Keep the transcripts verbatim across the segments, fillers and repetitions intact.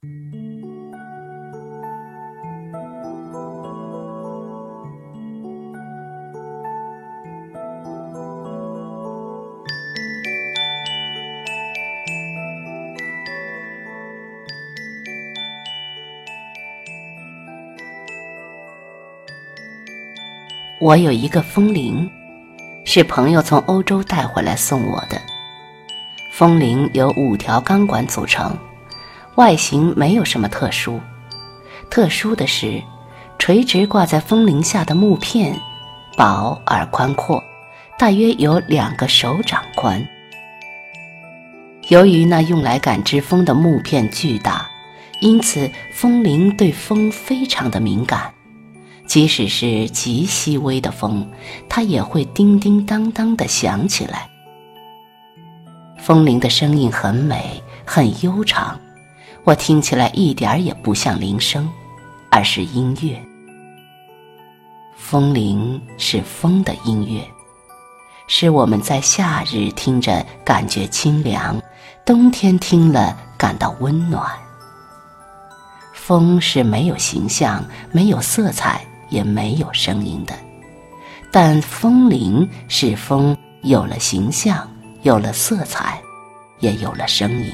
我有一个风铃，是朋友从欧洲带回来送我的。风铃由五条钢管组成，外形没有什么特殊，特殊的是垂直挂在风铃下的木片薄而宽阔，大约有两个手掌宽。由于那用来感知风的木片巨大，因此风铃对风非常的敏感，即使是极细微的风，它也会叮叮当当地响起来。风铃的声音很美，很悠长，我听起来一点也不像铃声，而是音乐。风铃是风的音乐，是我们在夏日听着感觉清凉，冬天听了感到温暖。风是没有形象，没有色彩，也没有声音的，但风铃使风有了形象，有了色彩，也有了声音。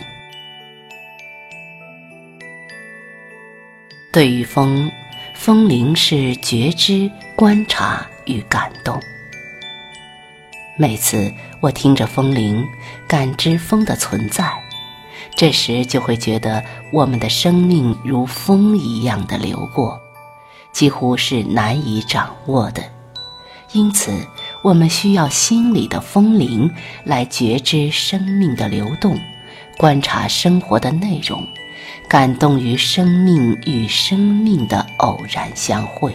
对于风，风铃是觉知、观察与感动。每次我听着风铃，感知风的存在，这时就会觉得我们的生命如风一样的流过，几乎是难以掌握的。因此我们需要心里的风铃来觉知生命的流动，观察生活的内容，感动于生命与生命的偶然相会。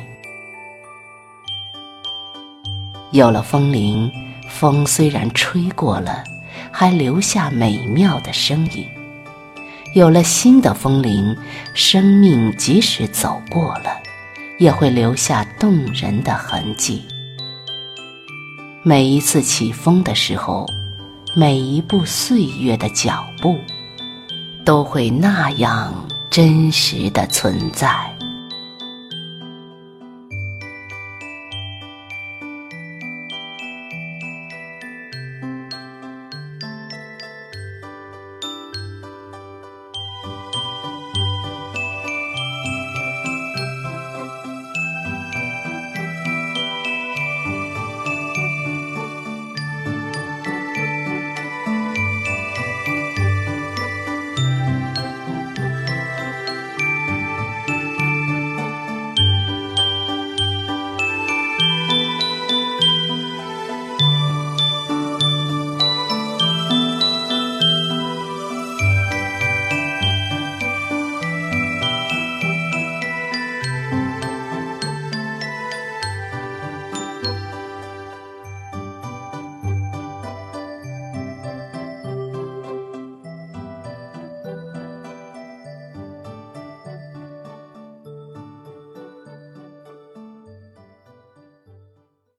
有了风铃，风虽然吹过了，还留下美妙的声音。有了新的风铃，生命即使走过了，也会留下动人的痕迹。每一次起风的时候，每一步岁月的脚步，都会那样真实地存在。